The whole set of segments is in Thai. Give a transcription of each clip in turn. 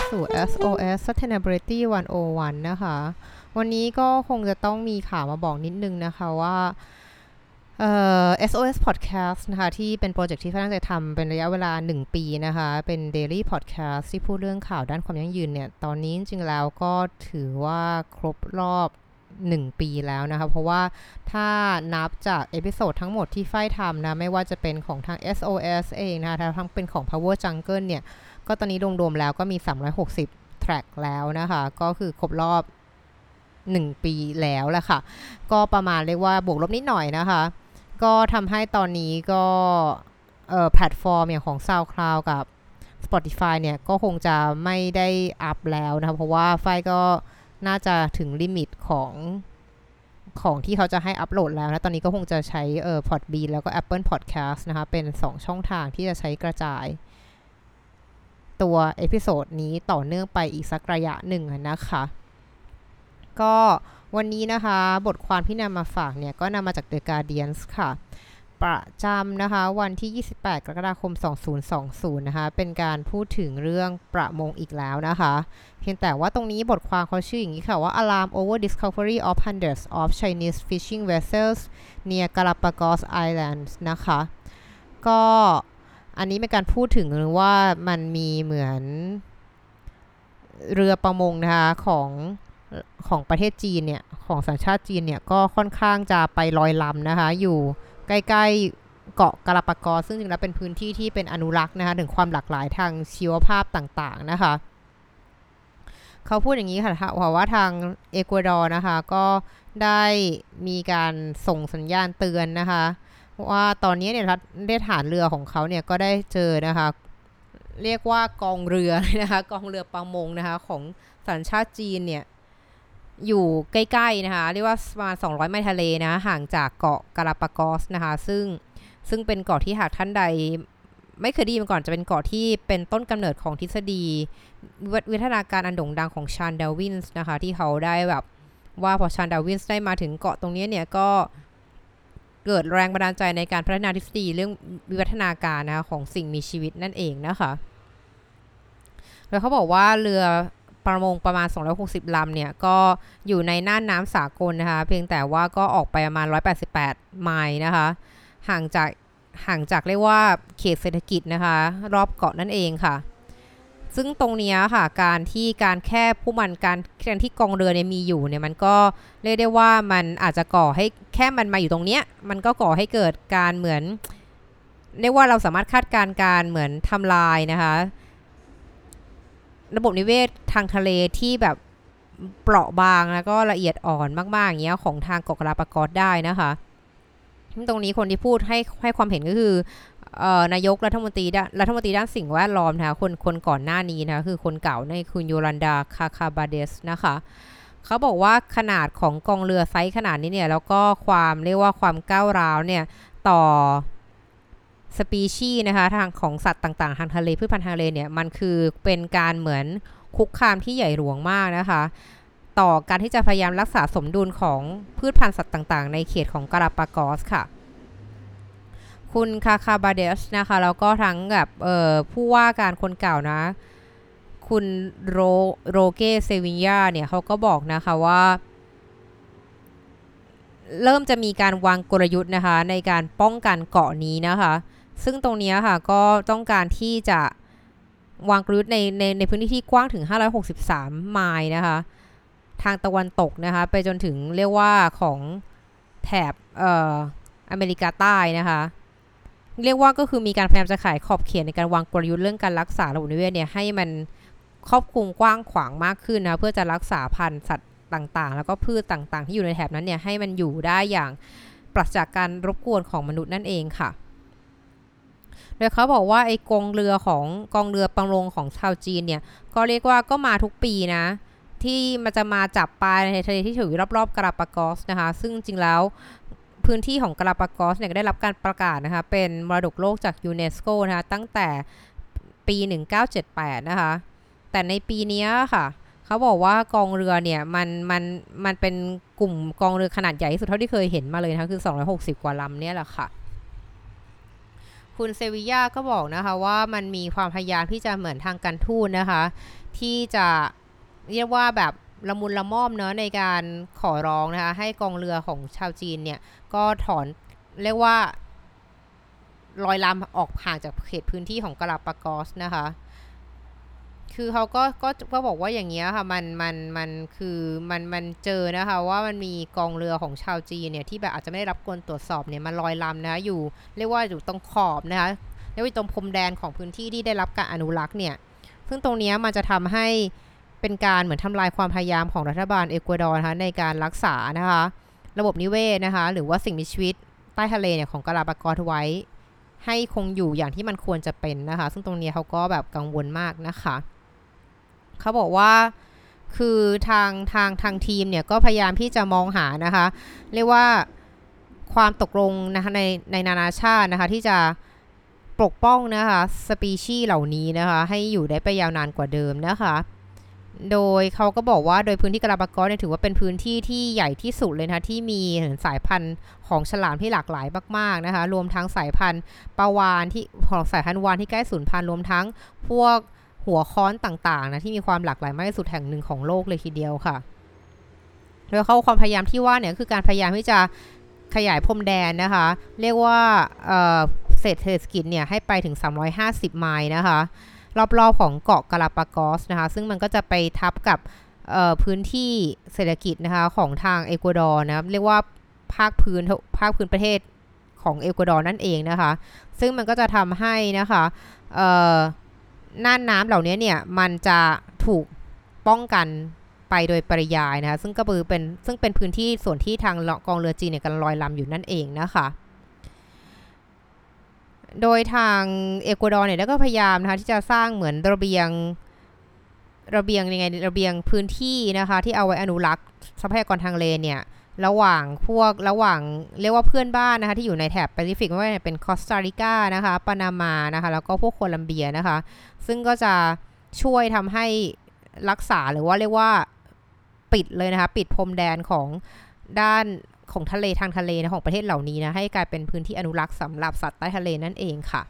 สู่ SOS Sustainability 101 นะคะวันนี้ก็คงจะต้องมีข่าวมาบอกนิดนึงนะคะว่าSOS Podcast นะคะที่เป็นโปรเจกต์ที่ตั้งใจทำเป็นระยะเวลา1ปีนะคะเป็น Daily Podcast ที่พูดเรื่องข่าวด้านความยั่งยืนเนี่ยตอนนี้จริงๆแล้วก็ถือว่าครบรอบ1ปีแล้วนะคะเพราะว่าถ้านับจากเอพิโซดทั้งหมดที่ฝ้ายทำนะไม่ว่าจะเป็นของทาง SOS เองนะคะทั้งเป็นของ Power Jungle เนี่ยก็ตอนนี้รวมๆแล้วก็มี360 track แล้วนะคะก็คือครบรอบ1ปีแล้วแหละค่ะก็ประมาณเรียกว่าบวกลบนิดหน่อยนะคะก็ทำให้ตอนนี้ก็แพลตฟอร์มอย่างของ SoundCloud กับ Spotify เนี่ยก็คงจะไม่ได้อัพแล้วนะคะเพราะว่าไฟก็น่าจะถึงลิมิตของที่เขาจะให้อัพโหลดแล้วนะตอนนี้ก็คงจะใช้Podbean แล้วก็ Apple Podcast นะคะเป็น2ช่องทางที่จะใช้กระจายตัวเอพิโซดนี้ต่อเนื่องไปอีกสักระยะหนึ่งนะคะก็วันนี้นะคะบทความที่นำมาฝากเนี่ยก็นำมาจาก The Guardian ค่ะประจำนะคะวันที่28กรกฎาคม2020นะคะเป็นการพูดถึงเรื่องประมงอีกแล้วนะคะเพียงแต่ว่าตรงนี้บทความเขาชื่ออย่างนี้ค่ะว่า Alarm over discovery of hundreds of Chinese fishing vessels near Galapagos Islands นะคะก็อันนี้เป็นการพูดถึงว่ามันมีเหมือนเรือประมงนะคะของประเทศจีนเนี่ยของสัญชาติจีนเนี่ยก็ค่อนข้างจะไปลอยลำนะคะอยู่ใกล้ๆเกาะกาลาปากอสซึ่งจริงๆแล้วเป็นพื้นที่ที่เป็นอนุรักษ์นะคะถึงความหลากหลายทางชีวภาพต่างๆนะคะเขาพูดอย่างนี้ค่ะว่าทางเอกวาดอร์นะคะก็ได้มีการส่งสัญญาณเตือนนะคะว่าตอนนี้เนี่ยได้ฐานเรือของเขาเนี่ยก็ได้เจอนะคะเรียกว่ากองเรือนะคะกองเรือประมงนะคะของสัญชาติจีนเนี่ยอยู่ใกล้ๆนะคะเรียกว่าประมาณ200 ไมล์ทะเลนะห่างจากเกาะกาลาปากอสนะคะซึ่งเป็นเกาะที่หากท่านใดไม่เคยได้ยินมาก่อนจะเป็นเกาะที่เป็นต้นกำเนิดของทฤษฎีวิทยาการอันโด่งดังของชาร์ล ดาร์วินส์นะคะที่เขาได้แบบว่าพอชาร์ล ดาร์วินส์ได้มาถึงเกาะตรงนี้เนี่ยก็เกิดแรงบันดาลใจในการพัฒนาทฤษฎีเรื่องวิวัฒนาการนะคะของสิ่งมีชีวิตนั่นเองนะคะแล้วเขาบอกว่าเรือประมงประมาณ260 ลำเนี่ยก็อยู่ในน่านน้ำสากลนะคะเพียงแต่ว่าก็ออกไปประมาณ188 ไมล์นะคะห่างจากเรียกว่าเขตเศรษฐกิจนะคะรอบเกาะนั่นเองค่ะซึ่งตรงนี้ค่ะการแค่ผู้มันการที่กองเรือเนี่ยมีอยู่เนี่ยมันก็เรียกได้ว่ามันอาจจะก่อให้แค่มันมาอยู่ตรงเนี้ยมันก็ก่อให้เกิดการเหมือนเรียกว่าเราสามารถคาดการณ์การเหมือนทำลายนะคะระบบนิเวศทางทะเลที่แบบเปราะบางแล้วก็ละเอียดอ่อนมากๆอย่างเงี้ยของทางเกาะกาลาปากอสได้นะคะตรงนี้คนที่พูดให้ความเห็นก็คือนายกรัฐมนตรีด้านสิ่งแวดล้อมนะคะคนก่อนหน้านี้นะคะคือคนเก่าในคุณโยลันดาคาคาบาเดสนะคะเขาบอกว่าขนาดของกองเรือไซส์ขนาดนี้เนี่ยแล้วก็เรียกว่าความก้าวร้าวเนี่ยต่อสปีชีส์นะคะทางของสัตว์ต่างๆทางทะเลพืชพันธุ์ทางทะเลเนี่ยมันคือเป็นการเหมือนคุกคามที่ใหญ่หลวงมากนะคะต่อการที่จะพยายามรักษาสมดุลของพืชพันธุ์สัตว์ต่างๆในเขตของกาลาปากอสค่ะคุณคาคาบาเดสนะคะแล้วก็ทั้งแบบผู้ว่าการคนเก่านะคุณโรเกเซวิญญาเนี่ยเขาก็บอกนะคะว่าเริ่มจะมีการวางกลยุทธ์นะคะในการป้องกันเกาะนี้นะคะซึ่งตรงนี้ค่ะก็ต้องการที่จะวางกลยุทธ์ในพื้นที่ที่กว้างถึง563 ไมล์นะคะทางตะวันตกนะคะไปจนถึงเรียกว่าของแถบอเมริกาใต้นะคะเรียกว่าก็คือมีการพยายามจะขายขอบเขตในการวางกลยุทธ์เรื่องการรักษาระบบนิเวศเนี่ยให้มันครอบคลุมกว้างขวางมากขึ้นนะเพื่อจะรักษาพันธุ์สัตว์ต่างๆแล้วก็พืชต่างๆที่อยู่ในแถบนั้นเนี่ยให้มันอยู่ได้อย่างปราศจากการรบกวนของมนุษย์นั่นเองค่ะโดยเขาบอกว่าไอ้กองเรือประมงของชาวจีนเนี่ยก็เรียกว่าก็มาทุกปีนะที่มันจะมาจับปลาในทะเลที่อยู่รอบๆกาลาปากอสนะคะซึ่งจริงแล้วพื้นที่ของกาลาปากอสเนี่ยได้รับการประกาศนะคะเป็นมรดกโลกจากยูเนสโกนะคะตั้งแต่ปี1978นะคะแต่ในปีนี้ค่ะเขาบอกว่ากองเรือเนี่ยมันเป็นกลุ่มกองเรือขนาดใหญ่ที่สุดเท่าที่เคยเห็นมาเลยนะคะคือ260 กว่าลำเนี่ยแหละค่ะคุณเซวิยาก็บอกนะคะว่ามันมีความพยายามที่จะเหมือนทางการทูตนะคะที่จะเรียกว่าแบบละมุนละม่อมเนาะในการขอร้องนะคะให้กองเรือของชาวจีนเนี่ยก็ถอนเรียกว่าลอยลำออกห่างจากเขตพื้นที่ของกาลาปากอสนะคะคือเขาก็บอกว่าอย่างเงี้ยค่ะมันคือมันเจอนะคะว่ามันมีกองเรือของชาวจีนเนี่ยที่แบบอาจจะไม่ได้รับการตรวจสอบเนี่ยมันลอยลำนะคะอยู่เรียกว่าอยู่ตรงขอบนะคะเรียกว่าตรงพรมแดนของพื้นที่ที่ได้รับการอนุรักษ์เนี่ยซึ่งตรงนี้มันจะทำให้เป็นการเหมือนทำลายความพยายามของรัฐบาลเอกวาดอร์นะคะในการรักษานะคะระบบนิเวศนะคะหรือว่าสิ่งมีชีวิตใต้ทะเลเนี่ยของกาลาปากอสไว้ให้คงอยู่อย่างที่มันควรจะเป็นนะคะซึ่งตรงนี้เขาก็แบบกังวลมากนะคะเขาบอกว่าคือทางทีมเนี่ยก็พยายามที่จะมองหานะคะเรียกว่าความตกลงนะคะในนานาชาตินะคะที่จะปกป้องนะคะสปีชีส์เหล่านี้นะคะให้อยู่ได้ไปยาวนานกว่าเดิมนะคะโดยเขาก็บอกว่าโดยพื้นที่กาลาปากอสเนี่ยถือว่าเป็นพื้นที่ที่ใหญ่ที่สุดเลยนะคะที่มีสายพันธุ์ของฉลามที่หลากหลายมากๆนะคะรวมทั้งสายพันธุ์ปลาวาฬที่ของสายพันธุ์วาฬที่ใกล้สูญพันธุ์รวมทั้งพวกหัวค้อนต่างๆนะที่มีความหลากหลายมากที่สุดแห่งหนึ่งของโลกเลยทีเดียวค่ะโดยเขาความพยายามที่ว่าเนี่ยคือการพยายามที่จะขยายพรมแดนนะคะเรียกว่าเศรษฐกิจเนี่ยให้ไปถึง350ไมล์นะคะรอบๆของเกาะกาลาปากอสนะคะซึ่งมันก็จะไปทับกับพื้นที่เศรษฐกิจนะคะของทางเอกวาดอร์นะเรียกว่าภาคพื้นประเทศของเอกวาดอร์นั่นเองนะคะซึ่งมันก็จะทำให้นะคะน่านน้ำเหล่านี้เนี่ยมันจะถูกป้องกันไปโดยปริยายนะคะซึ่งเป็นพื้นที่ส่วนที่ทางกองเรือจีนเนี่ยกำลังลอยลำอยู่นั่นเองนะคะโดยทางเอกวาดอร์เนี่ยก็พยายามนะคะที่จะสร้างเหมือนระเบียงยังไงระเบียงพื้นที่นะคะที่เอาไว้อนุรักษ์ทรัพยากรทางทะเลเนี่ยระหว่างเรียกว่าเพื่อนบ้านนะคะที่อยู่ในแถบแปซิฟิกไม่ว่าจะเป็นคอสตาริกานะคะปานามานะคะแล้วก็พวกโคลัมเบียนะคะซึ่งก็จะช่วยทำให้รักษาหรือว่าเรียกว่าปิดเลยนะคะปิดพรมแดนของด้านของทะเลทางทะเลนะของประเทศเหล่านี้นะให้กลายเป็นพื้นที่อนุรักษ์สำหรับสัตว์ใต้ทะเลนั่นเองค่ะ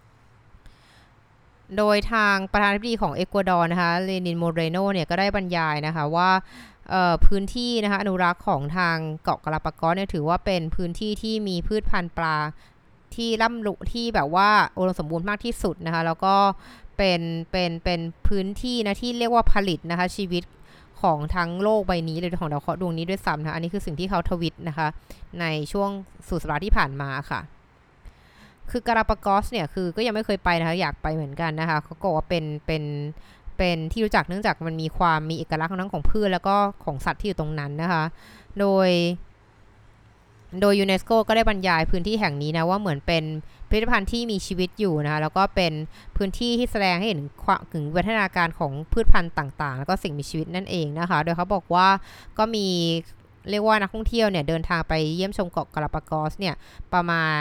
โดยทางประธานาธิบดีของเอกวาดอร์นะคะเลนินโมเรโนเนี่ยก็ได้บรรยายนะคะว่าพื้นที่นะคะอนุรักษ์ของทางเกาะกาลาปากอสเนี่ยถือว่าเป็นพื้นที่ที่มีพืชพันธุ์ปลาที่ร่ำรุที่แบบว่าอุดมสมบูรณ์มากที่สุดนะคะแล้วก็เป็นพื้นที่นะที่เรียกว่าผลิตนะคะชีวิตของทั้งโลกใบนี้เลยของดาวเคราะห์ดวงนี้ด้วยซ้ำนะอันนี้คือสิ่งที่เขาทวิตนะคะในช่วงสุดสัปดาห์ที่ผ่านมาค่ะคือกาลาปากอสเนี่ยคือก็ยังไม่เคยไปนะคะอยากไปเหมือนกันนะคะเขาบอกว่าเป็นที่รู้จักเนื่องจากมันมีเอกลักษณ์ทั้งของพืชแล้วก็ของสัตว์ที่อยู่ตรงนั้นนะคะโดยยูเนสโกก็ได้บรรยายพื้นที่แห่งนี้นะว่าเหมือนเป็นพิพิธภัณฑ์ที่มีชีวิตอยู่นะคะแล้วก็เป็นพื้นที่ที่แสดงให้เห็นถึงวิวัฒนาการของพืชพันธุ์ต่างๆแล้วก็สิ่งมีชีวิตนั่นเองนะคะโดยเขาบอกว่าก็มีเรียกว่านักท่องเที่ยวเนี่ยเดินทางไปเยี่ยมชมเกาะกาลาปากอสเนี่ยประมาณ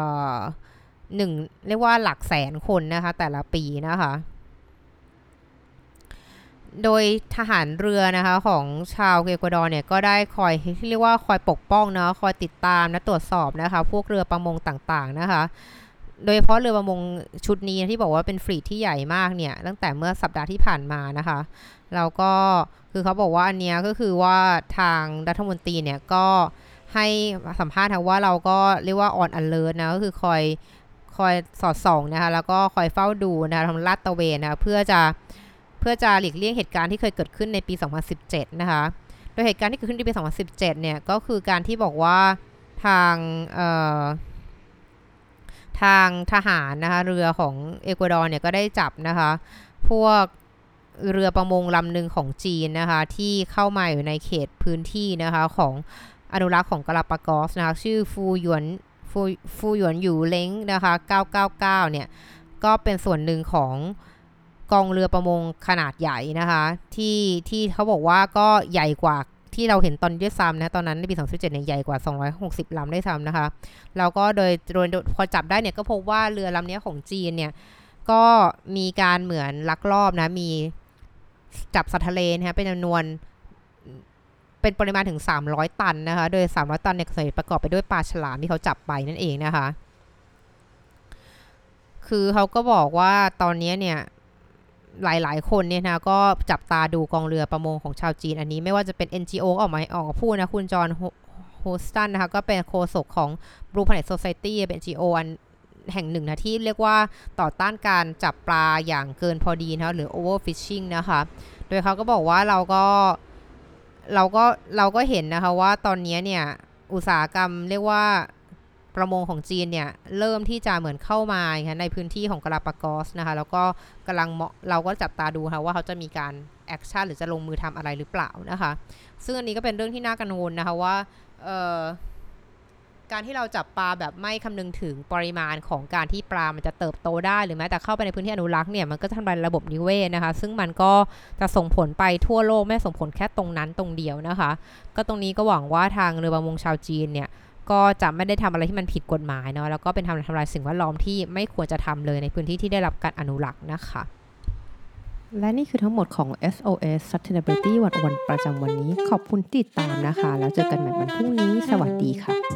เรียกว่าหลักแสนคนนะคะแต่ละปีนะคะโดยทหารเรือนะคะของชาวเอกวาดอร์เนี่ยก็ได้คอยที่เรียกว่าคอยปกป้องนะคอยติดตามและตรวจสอบนะคะพวกเรือประมงต่างๆนะคะโดยเฉพาะเรือประมงชุดนี้ที่บอกว่าเป็นฟลีทที่ใหญ่มากเนี่ยตั้งแต่เมื่อสัปดาห์ที่ผ่านมานะคะแล้วก็คือเขาบอกว่าอันนี้ก็คือว่าทางรัฐมนตรีเนี่ยก็ให้สัมภาษณ์ทางว่าเราก็เรียกว่าออนอเลิร์ตนะก็คือคอยสอดส่องนะคะแล้วก็คอยเฝ้าดูนะคะทำลาดตระเวนนะเพื่อจะหลีกเลี่ยงเหตุการณ์ที่เคยเกิดขึ้นในปี 2017 นะคะโดยเหตุการณ์ที่เกิดขึ้นในปี 2017 เนี่ยก็คือการที่บอกว่าทางทหารนะคะเรือของเอกวาดอร์เนี่ยก็ได้จับนะคะพวกเรือประมงลำหนึ่งของจีนนะคะที่เข้ามาอยู่ในเขตพื้นที่นะคะของอนุรักษ์ของกาลาปากอสนะคะชื่อฟูหยวนอยู่เล้งนะคะ999เนี่ยก็เป็นส่วนหนึ่งของกองเรือประมงขนาดใหญ่นะคะที่เขาบอกว่าก็ใหญ่กว่าที่เราเห็นตอนด้วยซ้ำนะตอนนั้นในปี 2017 เนี่ยใหญ่กว่า260ลำได้ซ้ำนะคะแล้วก็โดยพอจับได้เนี่ยก็พบว่าเรือลำนี้ของจีนเนี่ยก็มีการเหมือนลักลอบนะมีจับสัตว์ทะเลนะคะเป็นจำนวนเป็นปริมาณถึง300ตันนะคะโดย300ตันเนี่ยประกอบไปด้วยปลาฉลามที่เขาจับไปนั่นเองนะคะคือเขาก็บอกว่าตอนนี้เนี่ยหลายๆคนเนี่ยนะก็จับตาดูกองเรือประมงของชาวจีนอันนี้ไม่ว่าจะเป็น NGO ออกมาพูดนะคุณจอห์นโฮสตันนะคะก็เป็นโฆษกของ Blue Planet Society เป็น NGO แห่งหนึ่งนะที่เรียกว่าต่อต้านการจับปลาอย่างเกินพอดีนะหรือ overfishing นะคะโดยเขาก็บอกว่าเราก็เห็นนะคะว่าตอนนี้เนี่ยอุตสาหกรรมเรียกว่าประมงของจีนเนี่ยเริ่มที่จะเหมือนเข้ามาในพื้นที่ของกาลาปากอสนะคะแล้วก็กำลังเราก็จับตาดูค่ะว่าเขาจะมีการแอคชั่นหรือจะลงมือทำอะไรหรือเปล่านะคะซึ่งอันนี้ก็เป็นเรื่องที่น่ากังวลนะคะว่าการที่เราจับปลาแบบไม่คำนึงถึงปริมาณของการที่ปลามันจะเติบโตได้หรือแม้แต่เข้าไปในพื้นที่อนุรักษ์เนี่ยมันก็ทำลายระบบนิเวศนะคะซึ่งมันก็จะส่งผลไปทั่วโลกไม่ส่งผลแค่ตรงนั้นตรงเดียวนะคะก็ตรงนี้ก็หวังว่าทางเรือประมงชาวจีนเนี่ยก็จะไม่ได้ทำอะไรที่มันผิดกฎหมายเนาะแล้วก็เป็นทำลายสิ่งแวดล้อมที่ไม่ควรจะทำเลยในพื้นที่ที่ได้รับการอนุรักษ์นะคะและนี่คือทั้งหมดของ SOS Sustainability 101ประจำวันนี้ขอบคุณติดตามนะคะแล้วเจอกันใหม่วันพรุ่งนี้สวัสดีค่ะ